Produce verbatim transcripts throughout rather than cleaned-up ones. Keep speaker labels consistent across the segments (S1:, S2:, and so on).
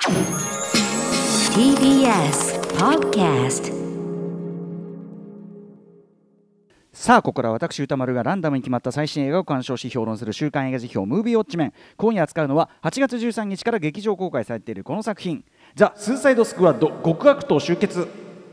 S1: ティービーエス Podcast。
S2: さあここから私歌丸がランダムに決まった最新映画を鑑賞し評論する週刊映画辞表ムービーウォッチメン。今夜扱うのははちがつじゅうさんにちから劇場公開されているこの作品、ザ・スーサイドスクワッド極悪党集結。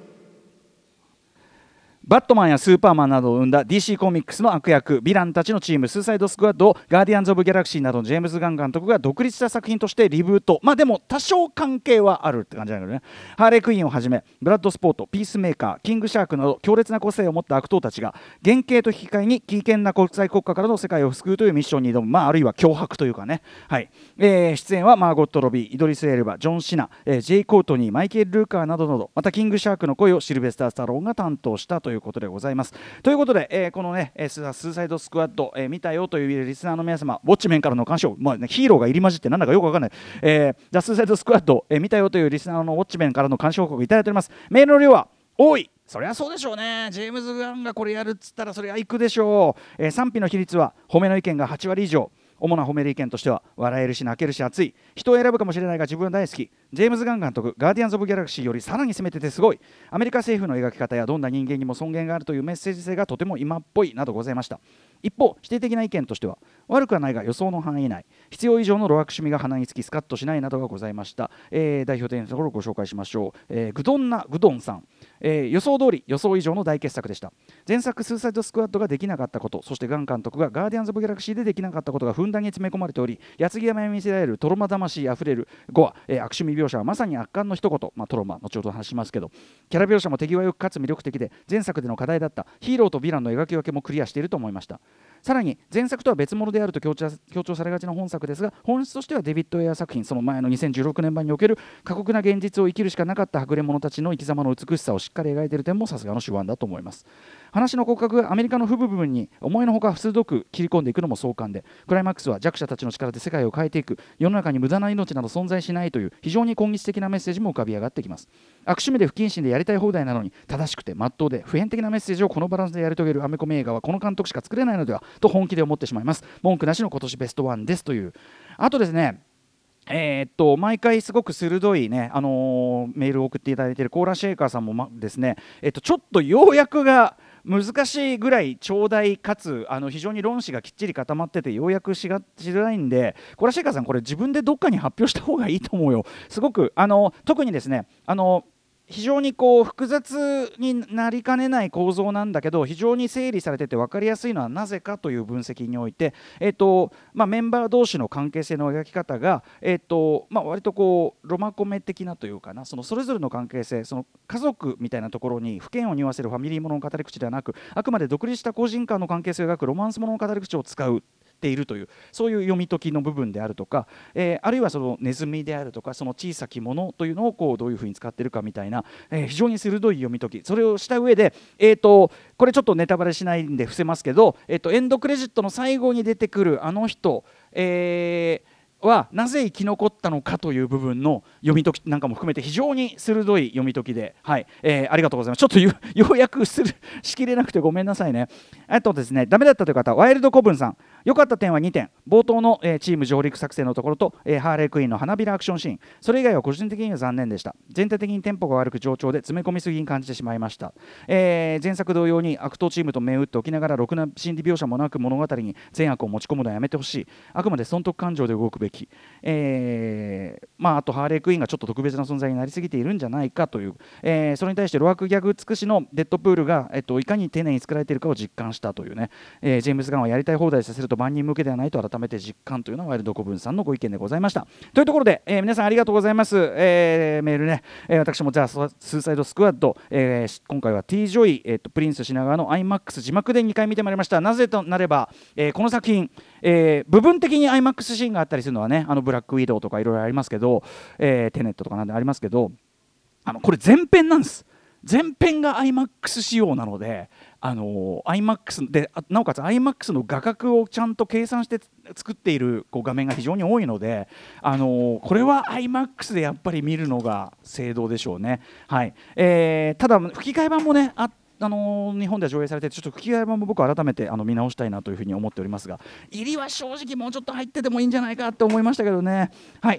S2: バットマンやスーパーマンなどを生んだ ディーシー コミックスの悪役ヴィランたちのチームスーサイドスクワッドをガーディアンズ・オブ・ギャラクシーなどのジェームズ・ガン監督が独立した作品としてリブート。まあでも多少関係はあるって感じなんだけどね。ハーレークイーンをはじめブラッドスポート、ピースメーカー、キングシャークなど強烈な個性を持った悪党たちが原型と引き換えに危険な国際国家からの世界を救うというミッションに挑む、まあ、あるいは脅迫というかね、はいえー、出演はマーゴット・ロビー、イドリス・エルバ、ジョン・シナ、えー、ジェイ・コートニー、マイケル・ルーカーなどなど、またキングシャークの声をシルベスター・スタローンが担当したということでございます。ということで、えー、このね、えー、スーサイドスクワッド、えー、見たよというリスナーの皆様、ウォッチメンからの鑑賞、まあね、ヒーローが入り混じってなんだかよくわかんない、えー、ザ・スーサイドスクワッド、えー、見たよというリスナーのウォッチメンからの鑑賞報告いただいております。メールの量は多い。そりゃそうでしょうね。ジェームズ・ガンがこれやるっつったらそれは行くでしょう、えー、賛否の比率は褒めの意見がはちわり以上。主な褒める意見としては、笑えるし泣けるし熱い、人を選ぶかもしれないが自分は大好き、ジェームズ・ガン監督、ガーディアンズ・オブ・ギャラクシーよりさらに攻めててすごい、アメリカ政府の描き方やどんな人間にも尊厳があるというメッセージ性がとても今っぽいなどございました。一方、否定的な意見としては、悪くはないが予想の範囲内、必要以上の露悪趣味が鼻につきスカッとしないなどがございました。えー、代表的なところをご紹介しましょう。えー、グドンナ・グドンさん、えー、予想通り予想以上の大傑作でした。前作スーサイドスクワッドができなかったこと、そしてガン監督がガーディアンズ・オブ・ギャラクシーでできなかったことがふんだんに詰め込まれており、矢継ぎ山に見せられるトロマ魂あふれるゴア、えー、悪趣味描写はまさに圧巻の一言、まあ、トロマ後ほど話しますけど、キャラ描写も手際よくかつ魅力的で、前作での課題だったヒーローとヴィランの描き分けもクリアしていると思いました。さらに前作とは別物であると強調、強調されがちな本作ですが、本質としてはデビッド・エア作品、その前のにせんじゅうろくねん版における過酷な現実を生きるしかなかったはぐれ者たちの生き様の美しさをしっかり描いている点もさすがの手腕だと思います。話の骨格がアメリカの不部分に思いのほか鋭く切り込んでいくのも壮観で、クライマックスは弱者たちの力で世界を変えていく、世の中に無駄な命など存在しないという非常に今日的なメッセージも浮かび上がってきます。悪趣味で不謹慎でやりたい放題なのに正しくて真っ当で普遍的なメッセージをこのバランスでやり遂げるアメコミ映画はこの監督しか作れないのではと本気で思ってしまいます。文句なしの今年ベストワンですという。あとですね、えー、っと毎回すごく鋭い、ねあのー、メールを送っていただいているコーラシェイカーさんも、ま、ですね、えー、っとちょっと要約が難しいぐらい長大かつあの非常に論旨がきっちり固まってて要約しがしづらいんで、コーラシェイカーさんこれ自分でどっかに発表した方がいいと思うよ。すごくあの特にですね、あの非常にこう複雑になりかねない構造なんだけど、非常に整理されてて分かりやすいのはなぜかという分析において、えーとまあ、メンバー同士の関係性の描き方が、えーとまあ、割とこうロマコメ的なというかな、そのそれぞれの関係性、その家族みたいなところに不嫌を匂わせるファミリーものの語り口ではなく、あくまで独立した個人間の関係性を描くロマンスものの語り口を使うているという、そういう読み解きの部分であるとか、えー、あるいはそのネズミであるとか、その小さきものというのをこうどういうふうに使っているかみたいな、えー、非常に鋭い読み解き、それをした上で、えーとこれちょっとネタバレしないんで伏せますけど、えーとエンドクレジットの最後に出てくるあの人、えーはなぜ生き残ったのかという部分の読み解きなんかも含めて非常に鋭い読み解きで、はいえー、ありがとうございます。ちょっとようやくするしきれなくてごめんなさいね。あとですね、ダメだったという方、ワイルドコブンさん、良かった点はにてん、冒頭の、えー、チーム上陸作戦のところと、えー、ハーレークイーンの花びらアクションシーン、それ以外は個人的には残念でした。全体的にテンポが悪く冗長で詰め込みすぎに感じてしまいました。えー、前作同様に悪党チームと目を打っておきながらろくな心理描写もなく物語に善悪を持ち込むのはやめてほしい。あくまで損得感情で動くべき。えーえーまあ、あとハーレークイーンがちょっと特別な存在になりすぎているんじゃないかという、えー、それに対してロアクギャグ尽くしのデッドプールが、えっと、いかに丁寧に作られているかを実感したというね、えー、ジェームズ・ガンはやりたい放題させると万人向けではないと改めて実感というのはワイルドコブンさんのご意見でございました。というところで、えー、皆さんありがとうございます。えー、メールね、えー、私もじゃあスーサイドスクワッド、えー、今回は T ジョイ、えー、とプリンス品川の アイマックス 字幕でにかい見てまいりました。なぜとなれば、えー、この作品、えー、部分的に アイマックス シーンがあったりするのはね、あのブラックウィドウとかいろいろありますけど、えー、テネットとかなんでありますけど、あのこれ全編なんです。全編が アイマックス 仕様なので、あの アイマックス でなおかつ アイマックス の画角をちゃんと計算して作っているこう画面が非常に多いので、あのこれは アイマックス でやっぱり見るのが正道でしょうね。はい、えー、ただ吹き替え版もねああのー、日本では上映されてちょっと吹き替え版も僕は改めてあの見直したいなというふうに思っておりますが、入りは正直もうちょっと入っててもいいんじゃないかと思いましたけどね。はい、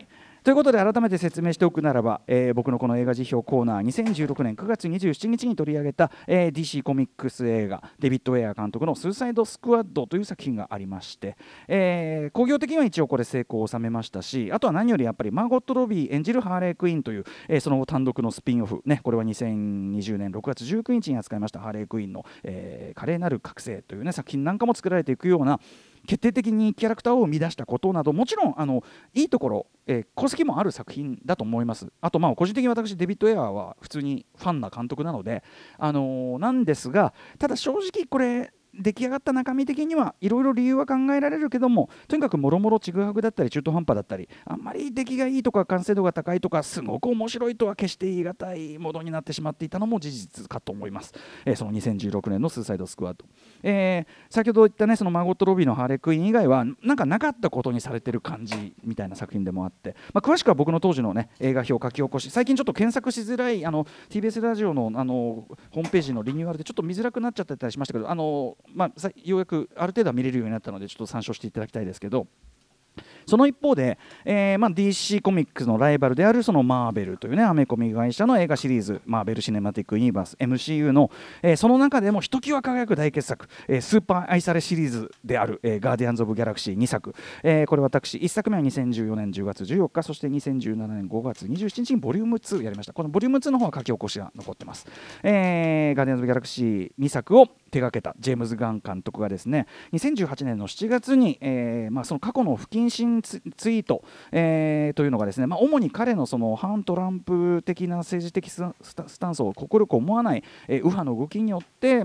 S2: ということで改めて説明しておくならば、えー、僕のこの映画辞表コーナーにせんじゅうろくねんくがつにじゅうしちにちに取り上げた、えー、ディーシー コミックス映画デビッド・ウェア監督のスーサイド・スクワッドという作品がありまして、えー、興行的には一応これ成功を収めましたし、あとは何よりやっぱりマーゴット・ロビー演じるハーレー・クイーンという、えー、その単独のスピンオフ、ね、これはにせんにじゅうねんろくがつじゅうくにちに扱いましたハーレー・クイーンの、えー、華麗なる覚醒という、ね、作品なんかも作られていくような決定的にキャラクターを生み出したことなど、もちろんあのいいところ、えー、功績もある作品だと思います。あとまあ個人的に私デビッド・エアーは普通にファンな監督なので、あのー、なんですが、ただ正直これ出来上がった中身的にはいろいろ理由は考えられるけども、とにかくもろもろちぐはぐだったり中途半端だったり、あんまり出来がいいとか完成度が高いとかすごく面白いとは決して言い難いものになってしまっていたのも事実かと思います。えー、そのにせんじゅうろくねんのスーサイドスクワッド、えー、先ほど言ったねそのマーゴット・ロビーのハーレー・クイーン以外はなんかなかったことにされてる感じみたいな作品でもあって、まあ、詳しくは僕の当時のね映画表書き起こし、最近ちょっと検索しづらいあの ティービーエス ラジオの、あのホームページのリニューアルでちょっと見づらくなっちゃってたりしましたけど、あの、まあ、ようやくある程度は見れるようになったのでちょっと参照していただきたいですけど、その一方で、えーまあ、ディーシー コミックスのライバルであるそのマーベルというねアメコミ会社の映画シリーズマーベル・シネマティック・ユニバース エムシーユー の、えー、その中でもひときわ輝く大傑作、えー、スーパー愛されシリーズである、えー、ガーディアンズ・オブ・ギャラクシーにさく、えー、これ私いっさくめはにせんじゅうよねんじゅうがつじゅうよっか、そしてにせんじゅうななねんごがつにじゅうしちにちにボリュームツーやりました。このボリュームツーの方は書き起こしが残ってます。えー、ガーディアンズ・オブ・ギャラクシーにさくを手掛けたジェームズ・ガン監督がですねにせんじゅうはちねんのしちがつに、えーまあ、その過去の不謹慎ツイート、えー、というのがですね、まあ、主に彼のその反トランプ的な政治的スタ、スタンスを快く思わない、えー、右派の動きによって、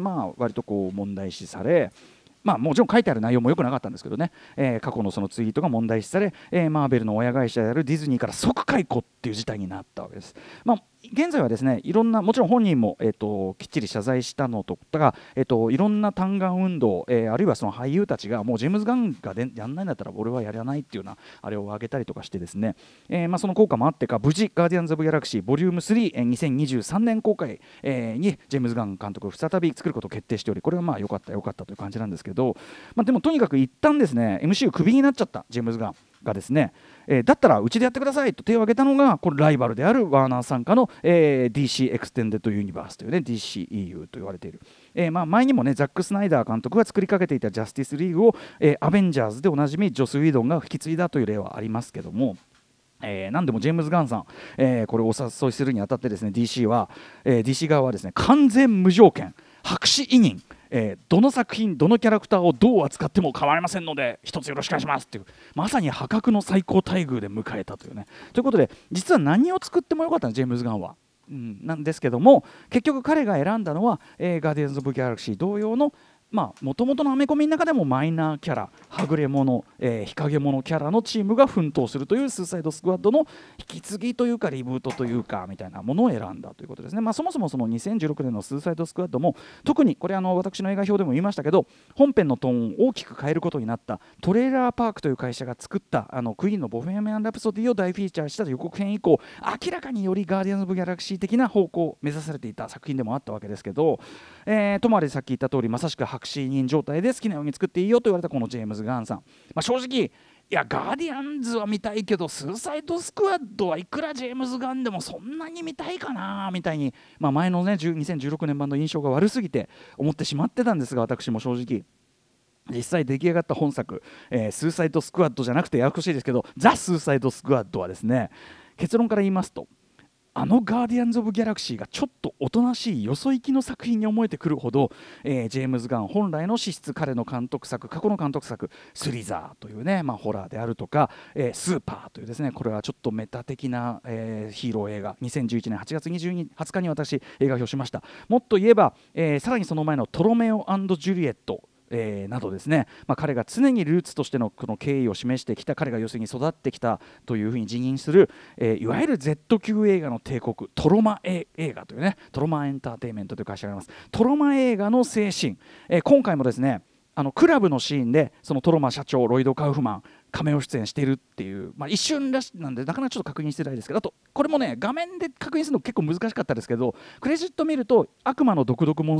S2: まあ、割とこう問題視され、まあ、もちろん書いてある内容も良くなかったんですけどね、えー、過去のそのツイートが問題視され、えー、マーベルの親会社であるディズニーから即解雇っていう事態になったわけです。まあ現在はですねいろんなもちろん本人も、えー、ときっちり謝罪したのとか、えー、といろんな嘆願運動、えー、あるいはその俳優たちがもうジェームズ・ガンがでやんないんだったら俺はやらないっていうようなあれを上げたりとかしてですね、えーまあ、その効果もあってか無事ガーディアンズ・オブ・ギャラクシーボリュームスリー、えー、にせんにじゅうさんねん公開、えー、にジェームズ・ガン監督再び作ることを決定しており、これはまあ良かった良かったという感じなんですけど、まあ、でもとにかく一旦ですね エムシーユー クビになっちゃったジェームズ・ガンがですね、えー、だったらうちでやってくださいと手を挙げたのがこれライバルであるワーナー傘下の、えー、ディーシー エクステンデッドユニバースというね ディーシーイーユー と言われている、えーまあ、前にもねザック・スナイダー監督が作りかけていたジャスティスリーグを、えー、アベンジャーズでおなじみジョス・ウィドンが引き継いだという例はありますけども、えー、何でもジェームズ・ガンさん、えー、これをお誘いするにあたってですね ディーシー は、えー、ディーシー 側はですね完全無条件白紙委任、えー、どの作品どのキャラクターをどう扱っても構いませんので一つよろしくお願いしますっていうまさに破格の最高待遇で迎えたというね。ということで実は何を作ってもよかったのジェームズ・ガンは、うん、なんですけども結局彼が選んだのは、えー、ガーディアンズ・オブ・ギャラクシー同様のまあもともとのアメコミの中でもマイナーキャラはぐれ者、えー、日陰者キャラのチームが奮闘するというスーサイドスクワッドの引き継ぎというかリブートというかみたいなものを選んだということですね。まあ、そもそもそのにせんじゅうろくねんのスーサイドスクワッドも特にこれあの私の映画表でも言いましたけど本編のトーンを大きく変えることになったトレーラーパークという会社が作ったあのクイーンのボヘミアン・ラプソディを大フィーチャーした予告編以降明らかによりガーディアンズ・オブ・ギャラクシー的な方向を目指されていた作品でもあったわけですけど、えー、ともあれさっき言った通りまさしく白紙委任状態で好きなように作っていいよと言われたこのジェームズ・ガンさん、まあ、正直いやガーディアンズは見たいけどスーサイドスクワッドはいくらジェームズ・ガンでもそんなに見たいかなみたいに、まあ、前のねにせんじゅうろくねん版の印象が悪すぎて思ってしまってたんですが、私も正直実際出来上がった本作、えー、スーサイドスクワッドじゃなくてややこしいですけどザ・スーサイドスクワッドはですね結論から言いますとあのガーディアンズ・オブ・ギャラクシーがちょっとおとなしいよそ行きの作品に思えてくるほど、えー、ジェームズ・ガン本来の資質彼の監督作過去の監督作スリザーというね、まあ、ホラーであるとか、えー、スーパーというですねこれはちょっとメタ的な、えー、ヒーロー映画にせんじゅういちねんはちがつにじゅうにはつかに私映画表しました。もっと言えば、えー、さらにその前のトロメオ&ジュリエットえー、などですね、まあ、彼が常にルーツとしてのこの経緯を示してきた彼が要するに育ってきたというふうに自認する、えー、いわゆる Z 級映画の帝国トロマ映画というねトロマエンターテインメントという会社があります。トロマ映画の精神、えー、今回もですねあのクラブのシーンでそのトロマ社長ロイド・カウフマンカメオ出演しているっていう、まあ、一瞬らしなんでなかなかちょっと確認してないですけど、あとこれもね画面で確認するの結構難しかったですけどクレジット見ると悪魔の毒毒モンスター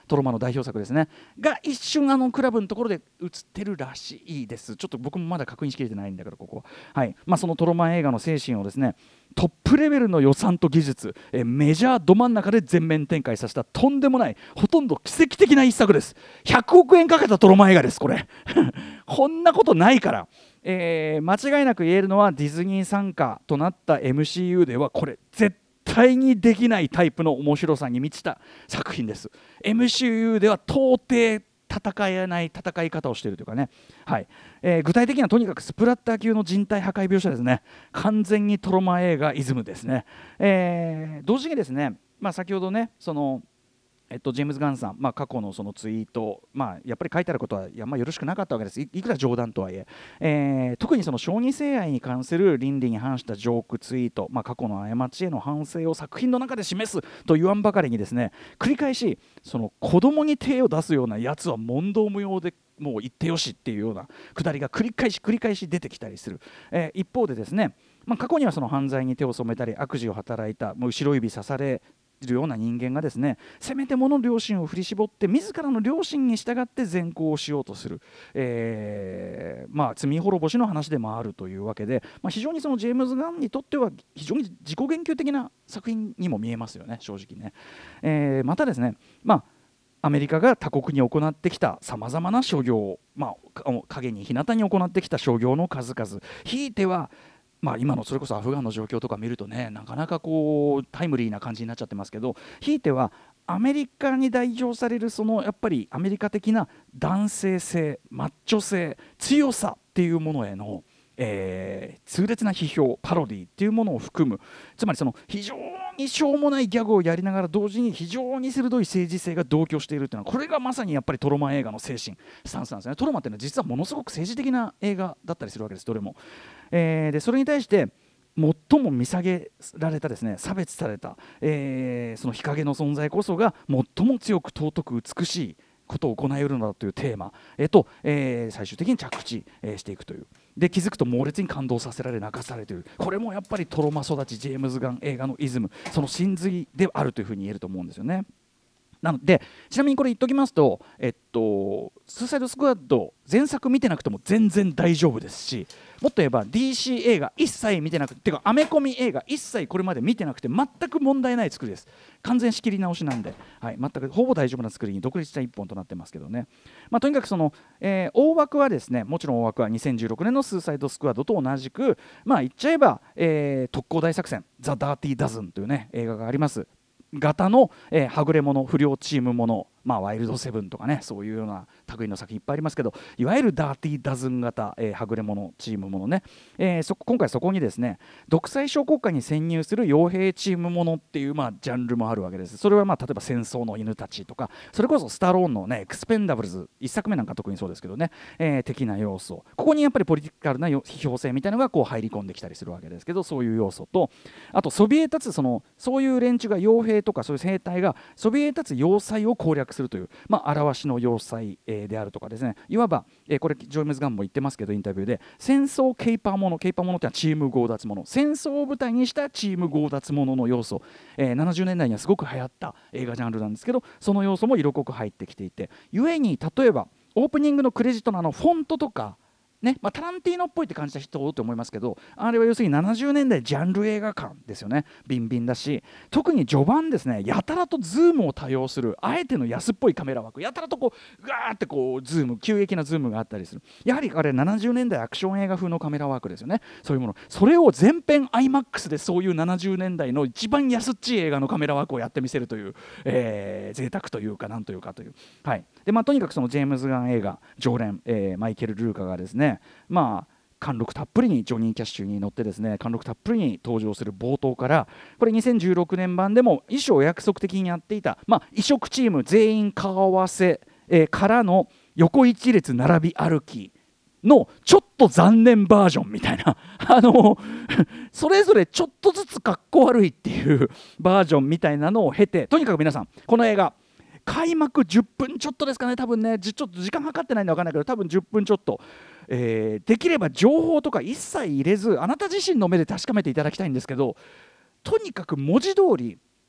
S2: トロマの代表作ですねが一瞬あのクラブのところで映ってるらしいです。ちょっと僕もまだ確認しきれてないんだけどここは、はいまあ、そのトロマ映画の精神をですねトップレベルの予算と技術、えメジャーど真ん中で全面展開させたとんでもないほとんど奇跡的な一作です。ひゃくおくえんかけたトロマ映画ですこれこんなことないから、えー、間違いなく言えるのはディズニー傘下となった エムシーユー ではこれ絶対にできないタイプの面白さに満ちた作品です。 エムシーユー では到底戦えない戦い方をしているというかね、はいえー、具体的にはとにかくスプラッター級の人体破壊描写ですね。完全にトロマ映画イズムですね、えー、同時にですね、まあ、先ほどねそのえっと、ジェームズ・ガンさん、まあ、過去のそのツイート、まあ、やっぱり書いてあることはや、まあ、よろしくなかったわけです。 い, いくら冗談とはいええー、特にその小児性愛に関する倫理に反したジョークツイート、まあ、過去の過ちへの反省を作品の中で示すと言わんばかりにですね繰り返しその子供に手を出すようなやつは問答無用でもう言ってよしっていうようなくだりが繰り返し繰り返し出てきたりする、えー、一方でですね、まあ、過去にはその犯罪に手を染めたり悪事を働いたもう後ろ指刺されるような人間がですねせめてもの良心を振り絞って自らの良心に従って善行をしようとする、えーまあ、罪滅ぼしの話でもあるというわけで、まあ、非常にそのジェームズ・ガンにとっては非常に自己言及的な作品にも見えますよね正直ね、えー、またですね、まあアメリカが他国に行ってきたさまざまな諸行、まあ、影に日向に行ってきた諸行の数々ひいてはまあ、今のそれこそアフガンの状況とか見るとねなかなかこうタイムリーな感じになっちゃってますけどひいてはアメリカに代表されるそのやっぱりアメリカ的な男性性マッチョ性強さっていうものへの、えー、痛烈な批評パロディっていうものを含むつまりその非常にしょうもないギャグをやりながら同時に非常に鋭い政治性が同居しているというのはこれがまさにやっぱりトロマ映画の精神スタンスなんですね。トロマっていうのは実はものすごく政治的な映画だったりするわけですどれも、えー、でそれに対して最も見下げられたですね差別された、えー、その日陰の存在こそが最も強く尊く美しいことを行い得るのだというテーマ、えーとえー、最終的に着地、えー、していくというで気づくと猛烈に感動させられ泣かされているこれもやっぱりトロマ育ちジェームズ・ガン映画のイズムその真髄であるというふうに言えると思うんですよね。なのでちなみにこれ言っときますと、えっと、スーサイドスクワッド前作見てなくても全然大丈夫ですしもっと言えば ディーシー 映画一切見てなくててかアメコミ映画一切これまで見てなくて全く問題ない作りです。完全仕切り直しなんで、はい、全くほぼ大丈夫な作りに独立した一本となってますけどね、まあ、とにかくその、えー、大枠はですねもちろん大枠はにせんじゅうろくねんのスーサイドスクワッドと同じくまあ言っちゃえば、えー、特攻大作戦ザ・ダーティー・ダズンというね映画があります型の、えー、はぐれ者不良チームもの、まあ、ワイルドセブンとかねそういうような類の作品いっぱいありますけどいわゆるダーティーダズン型、えー、はぐれ者チームものね、えー、そ今回そこにですね独裁小国家に潜入する傭兵チームものっていう、まあ、ジャンルもあるわけです。それは、まあ、例えば戦争の犬たちとかそれこそスタローンのねエクスペンダブルズいっさくめなんか特にそうですけどね、えー、的な要素ここにやっぱりポリティカルな批評性みたいなのがこう入り込んできたりするわけですけどそういう要素とあとそびえ立つそのそういう連中が傭兵とかそういう兵隊がそびえ立つ要塞を攻略するという、まあ、表しの要塞、えー、であるとかですねいわば、えー、これジョームズ・ガンも言ってますけどインタビューで戦争ケイパーものケイパーものってのはチーム強奪もの戦争を舞台にしたチーム強奪ものの要素、えー、ななじゅうねんだいにはすごく流行った映画ジャンルなんですけどその要素も色濃く入ってきていてゆえに例えばオープニングのクレジットのあのフォントとかねまあ、タランティーノっぽいって感じた人多いと思いますけどあれは要するにななじゅうねんだいジャンル映画館ですよね。ビンビンだし特に序盤ですねやたらとズームを多用するあえての安っぽいカメラ枠やたらとこうガーってこうズーム急激なズームがあったりするやはりあれななじゅうねんだいアクション映画風のカメラワークですよね。そういうものそれを全編 アイマックス でそういうななじゅうねんだいの一番安っちい映画のカメラワークをやってみせるという、えー、贅沢というかなんというかという、はいでまあ、とにかくそのジェームズ・ガン映画常連、えー、マイケル・ルーカがですねまあ貫禄たっぷりにジョニー・キャッシュに乗ってですね貫禄たっぷりに登場する冒頭からこれにせんじゅうろくねん版でも衣装を約束的にやっていた、まあ、異色チーム全員顔合わせ、えー、からの横一列並び歩きのちょっと残念バージョンみたいなあのそれぞれちょっとずつかっこ悪いっていうバージョンみたいなのを経てとにかく皆さんこの映画開幕じゅっぷんちょっとですかね多分ねちょっと時間計ってないんで分かんないけど多分じゅっぷんちょっと、えー、できれば情報とか一切入れずあなた自身の目で確かめていただきたいんですけどとにかく文字通り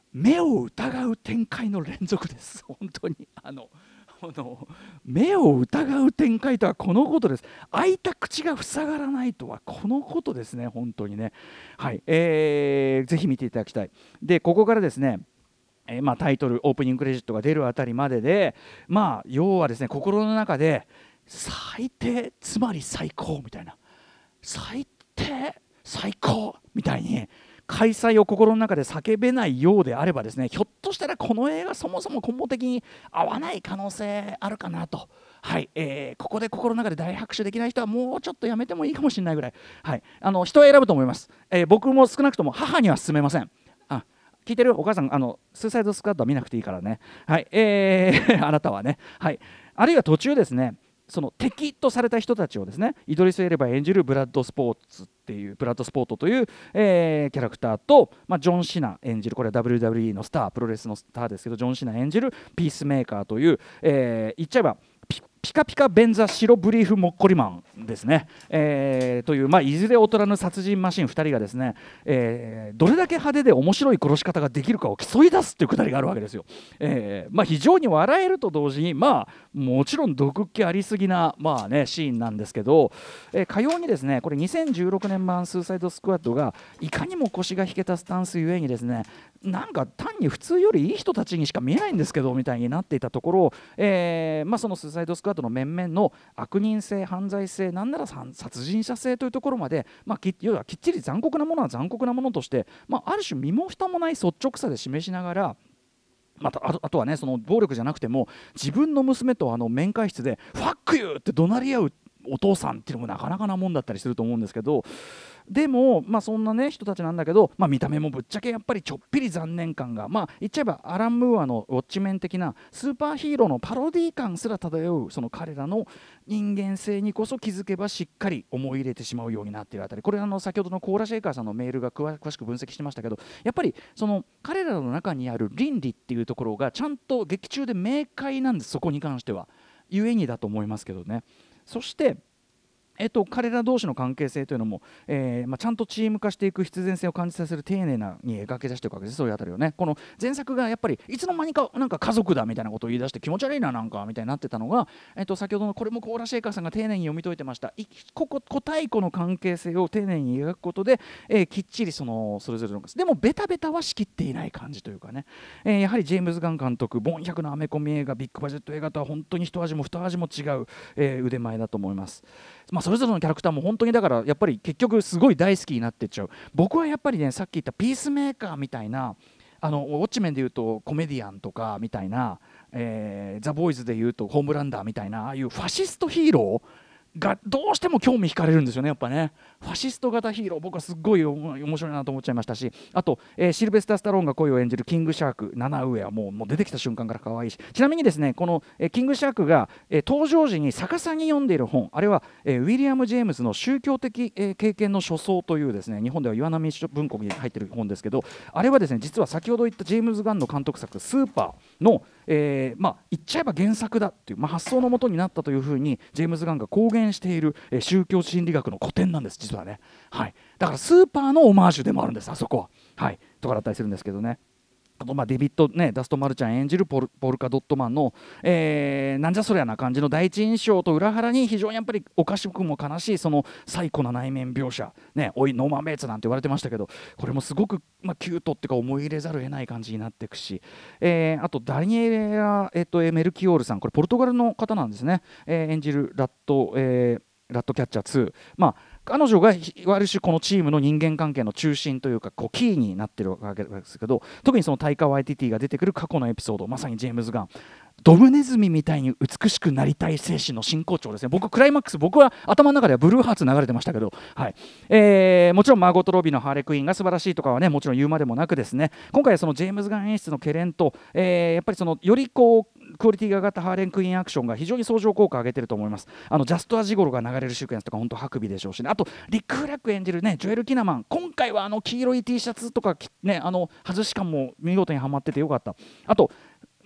S2: 目を疑う展開の連続です。本当にあのあの目を疑う展開とはこのことです。開いた口が塞がらないとはこのことですね。本当にね、はい、えー、ぜひ見ていただきたい。でここからですね、えーまあ、タイトルオープニングクレジットが出るあたりまでで、まあ要はですね、心の中で最低つまり最高みたいな、最低最高みたいに開催を心の中で叫べないようであればですね、ひょっとしたらこの映画そもそも根本的に合わない可能性あるかなと、はい、えー、ここで心の中で大拍手できない人はもうちょっとやめてもいいかもしれないぐらい、はい、あの人は選ぶと思います、えー、僕も少なくとも母には勧めません。あ、聞いてるお母さん、あのスーサイドスクワットは見なくていいからね、はい、えー、あなたはね、はい、あるいは途中ですね、その敵とされた人たちをですね、イドリス・エルバ演じるブラッド・スポーツっていうブラッド・スポートという、えー、キャラクターと、まあ、ジョン・シナ演じる、これは ダブリューダブリューイー のスター、プロレスのスターですけど、ジョン・シナ演じるピースメーカーという、えー、言っちゃえばピピカピカ便座白ブリーフもっこりマンですね、えー、という、まあ、いずれ劣らぬ殺人マシンふたりがですね、えー、どれだけ派手で面白い殺し方ができるかを競い出すというくだりがあるわけですよ、えーまあ、非常に笑えると同時に、まあ、もちろん毒気ありすぎな、まあね、シーンなんですけど、えー、かようにですね、これにせんじゅうろくねん版スーサイドスクワットがいかにも腰が引けたスタンスゆえにですね、なんか単に普通よりいい人たちにしか見えないんですけどみたいになっていたところ、えーまあ、そのスーサイドスクワットの面々の悪人性、犯罪性、なんなら殺人者性というところまで、まあ、き要はきっちり残酷なものは残酷なものとして、まあ、ある種身も蓋もない率直さで示しながら、また あ, とあとはね、その暴力じゃなくても自分の娘とあの面会室でファックユーって怒鳴り合うお父さんっていうのもなかなかなもんだったりすると思うんですけど、でも、まあ、そんな、ね、人たちなんだけど、まあ、見た目もぶっちゃけやっぱりちょっぴり残念感が、まあ、言っちゃえばアラン・ムーアのウォッチメン的なスーパーヒーローのパロディ感すら漂うその彼らの人間性にこそ気づけばしっかり思い入れてしまうようになっているあたり、これあの先ほどのコーラシェイカーさんのメールが詳詳しく分析してましたけど、やっぱりその彼らの中にある倫理っていうところがちゃんと劇中で明快なんです、そこに関しては。ゆえにだと思いますけどね。そしてえっと、彼ら同士の関係性というのも、えーまあ、ちゃんとチーム化していく必然性を感じさせる丁寧なに描き出していくわけです。そういうあたりをね、この前作がやっぱりいつの間にかなんか家族だみたいなことを言い出して気持ち悪いななんかみたいになってたのが、えっと、先ほどのこれもコーラシェイカーさんが丁寧に読み解いてました個個体個の関係性を丁寧に描くことで、えー、きっちりそのそれぞれのでもベタベタは仕切っていない感じというかね、えー、やはりジェームズ・ガン監督ボンひゃくのアメコミ映画ビッグバジェット映画とは本当に一味も二味も違う、えー、腕前だと思います。まあ、それぞれのキャラクターも本当にだからやっぱり結局すごい大好きになってっちゃう。僕はやっぱりね、さっき言ったピースメーカーみたいな、あのウォッチメンでいうとコメディアンとかみたいな、えー、ザ・ボーイズでいうとホームランダーみたいな、ああいうファシストヒーローがどうしても興味惹かれるんですよね、やっぱね。ファシスト型ヒーロー、僕はすっごい面白いなと思っちゃいましたし、あと、えー、シルベスター・スタローンが声を演じるキングシャーク、ナナウエはもう、もう出てきた瞬間から可愛いし、ちなみにですね、この、えー、キングシャークが、えー、登場時に逆さに読んでいる本、あれは、えー、ウィリアム・ジェームズの宗教的、えー、経験の書相というですね、日本では岩波文庫に入っている本ですけど、あれはですね、実は先ほど言ったジェームズ・ガンの監督作スーパーの、えー、まあ言っちゃえば原作だっていう、まあ、発想のもとになったというふうにジェームズ・ガンが公言している、えー、宗教心理学の古典なんです、実はね。はい、だからスーパーのオマージュでもあるんです、あそこは。はい、とかだったりするんですけどね。あとまあデビッド、ね、ダスト・マルちゃん演じるポル、ポルカ・ドットマンの、えー、なんじゃそりゃな感じの第一印象と裏腹に非常にやっぱりおかしくも悲しいその最古な内面描写、ね、おいノーマン・ベイツなんて言われてましたけど、これもすごく、まあ、キュートっていうか思い入れざるを得ない感じになっていくし、えー、あとダニエラ、えー、とメルキオールさん、これポルトガルの方なんですね、えー、演じるラット、えーラットキャッチャーツー、まあ、彼女がある種このチームの人間関係の中心というかこうキーになってるわけですけど、特にそのタイカ・ワイティティが出てくる過去のエピソード、まさにジェームズ・ガンドブネズミみたいに美しくなりたい精神の真骨頂ですね。僕クライマックス、僕は頭の中ではブルーハーツ流れてましたけど、はい、えー、もちろんマーゴット・ロビーのハーレクイーンが素晴らしいとかはね、もちろん言うまでもなくですね、今回はそのジェームズ・ガン演出の懸念と、えー、やっぱりそのよりこうクオリティが上がったハーレクイーンアクションが非常に相乗効果を上げてると思います。あのジャスト・アジゴロが流れるシークエンスとか本当ハクビでしょうし、ね、あとリック・フラッグ演じるねジョエル・キナマン、今回はあの黄色い T シャツとかね、あの外し感も見事にはまっててよかった。あと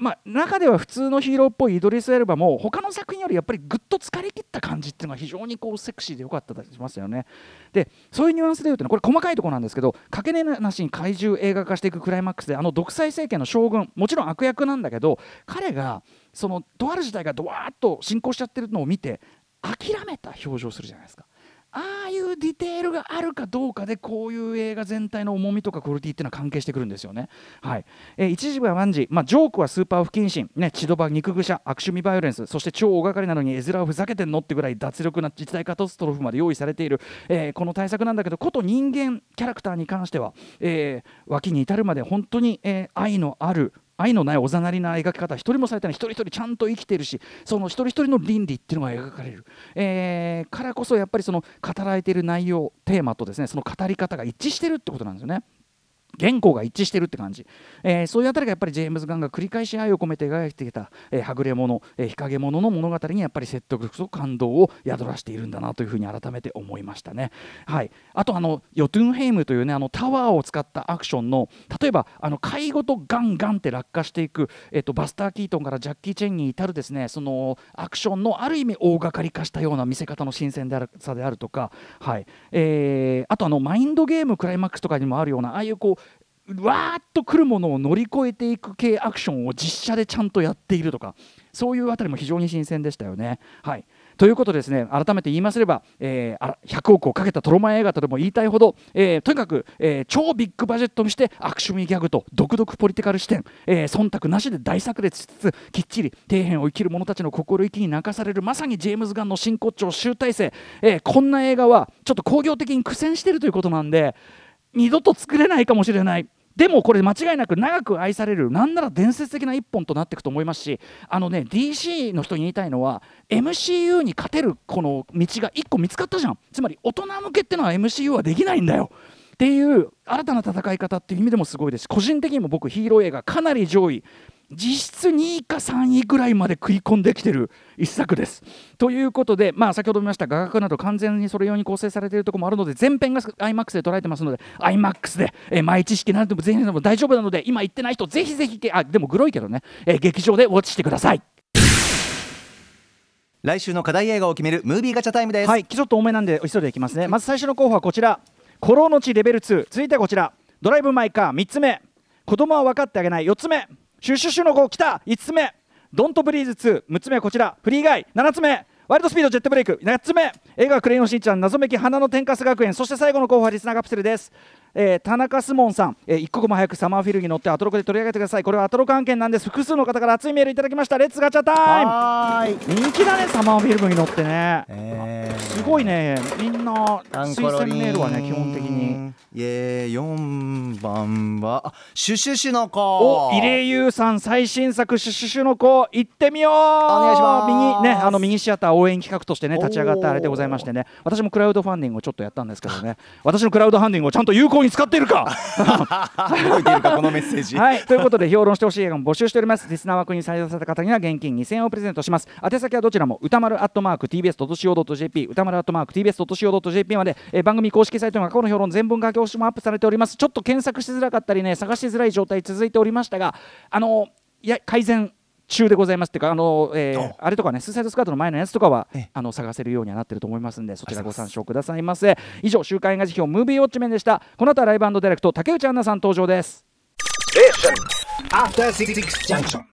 S2: まあ、中では普通のヒーローっぽいイドリス・エルバも他の作品よりやっぱりぐっと疲れ切った感じっていうのが非常にこうセクシーで良かったりしますよね。でそういうニュアンスで言うと、ね、これ細かいところなんですけど、かけねなしに怪獣映画化していくクライマックスで、あの独裁政権の将軍、もちろん悪役なんだけど、彼がそのとある時代がドワーッと進行しちゃってるのを見て諦めた表情するじゃないですか。ああいうディテールがあるかどうかでこういう映画全体の重みとかクオリティっていうのは関係してくるんですよね。はい、えー、一時は万事、まあ、ジョークはスーパー不謹慎、ね、血ドバ肉草悪趣味バイオレンス、そして超大掛かりなのに絵面をふざけてんのってぐらい脱力な実体カタストロフまで用意されている、えー、この大作なんだけど、こと人間キャラクターに関しては、えー、脇に至るまで本当に、えー、愛のある愛のないおざなりな描き方一人もされてない、一人一人ちゃんと生きているし、その一人一人の倫理っていうのが描かれる、えー、からこそやっぱりその語られている内容テーマとですね、その語り方が一致してるってことなんですよね。原稿が一致してるって感じ、えー、そういうあたりがやっぱりジェームズ・ガンが繰り返し愛を込めて描いてきた、えー、はぐれ者、えー、日陰者の物語にやっぱり説得力と感動を宿らしているんだなというふうに改めて思いましたね。はい、あとあのヨトゥンヘイムというね、あのタワーを使ったアクションの、例えばあの貝ごとガンガンって落下していく、えー、とバスター・キートンからジャッキー・チェンに至るですね、そのアクションのある意味大掛かり化したような見せ方の新鮮であるさであるとか、はい、えー、あとあのマインドゲームクライマックスとかにもあるような、ああいうこうわーっと来るものを乗り越えていく系アクションを実写でちゃんとやっているとか、そういうあたりも非常に新鮮でしたよね。はい、ということでですね、改めて言いますれば、えー、ひゃくおくをかけたトロマ映画とでも言いたいほど、えー、とにかく、えー、超ビッグバジェットにしてアクションギャグと独特ポリティカル視点、えー、忖度なしで大炸裂しつつきっちり底辺を生きる者たちの心意気に泣かされる、まさにジェームズ・ガンの真骨頂集大成、えー、こんな映画はちょっと興行的に苦戦しているということなんで、二度と作れないかもしれない。でもこれ間違いなく長く愛される、なんなら伝説的な一本となっていくと思いますし、あのね ディーシー の人に言いたいのは エムシーユー に勝てるこの道がいっこ見つかったじゃん。つまり大人向けってのは エムシーユー はできないんだよっていう新たな戦い方っていう意味でもすごいです。個人的にも僕ヒーロー映画かなり上位、実質にいかさんいぐらいまで食い込んできてる一作です。ということで、まあ、先ほど見ました画角など完全にそれ用に構成されているところもあるので、全編が アイマックス で捉えてますので アイマックス で、えー、前知識などでも全編でも大丈夫なので、今言ってない人ぜひぜひ、あでもグロいけどね、えー、劇場でウォッチしてください。
S3: 来週の課題映画を決めるムービーガチャタイムです。
S2: はい、ちょっと多めなんで急いでいきますね。まず最初の候補はこちら、孤狼の地レベルツー、続いてはこちらドライブ・マイ・カー、みっつめ子供は分かってあげない、よっつめシュッシュシュの子来た、いつつめドントブリーズツー、むっつめはこちらフリーガイ、ななつめワイルドスピードジェットブレイク、ななつめ映画クレヨンしんちゃん謎めき花の天かす学園、そして最後の候補はリスナーカプセルです。えー、田中スモンさん、えー、一刻も早くサマーフィルに乗ってアトロクで取り上げてください。これはアトロク案件なんです。複数の方から熱いメールいただきました。レッツガチャタイム。
S3: はーい、
S2: 人気だねサマーフィルに乗ってね、
S3: えー、
S2: すごいね、みんな推薦メールはね基本的に
S3: イエーよんばんはシュシュシュの子、
S2: お入江優さん最新作シュシュシュの子行ってみよう。お
S3: 願いします。
S2: 右ね、あのミニシアター応援企画としてね立ち上がったあれでございましてね、私もクラウドファンディングをちょっとやったんですけどね私のクラウドファンディングをちゃんと有効に使っているか
S3: 覚えているかこのメッセージ
S2: はい、ということで評論してほしい映画も募集しております。リスナー枠に採用された方には現金にせんえんをプレゼントします。宛先はどちらも歌丸アットマーク ティービーエスドットシーオードットジェーピー 歌丸アットマーク ティービーエスドットシーオードットジェーピー まで、えー、番組公式サイトの過去の評論全文書き押しもアップされております。ちょっと検索しづらかったりね探しづらい状態続いておりましたが、あのいや改善中でございますっていうか、あの、えー、あれとかねスーサイドスカートの前のやつとかはあの探せるようにはなってると思いますんで、そちらご参照くださいませ。以上週刊映画辞表ムービーウォッチメンでした。この後はライブ&ディレクト竹内杏奈さん登場です。
S4: After Six Junction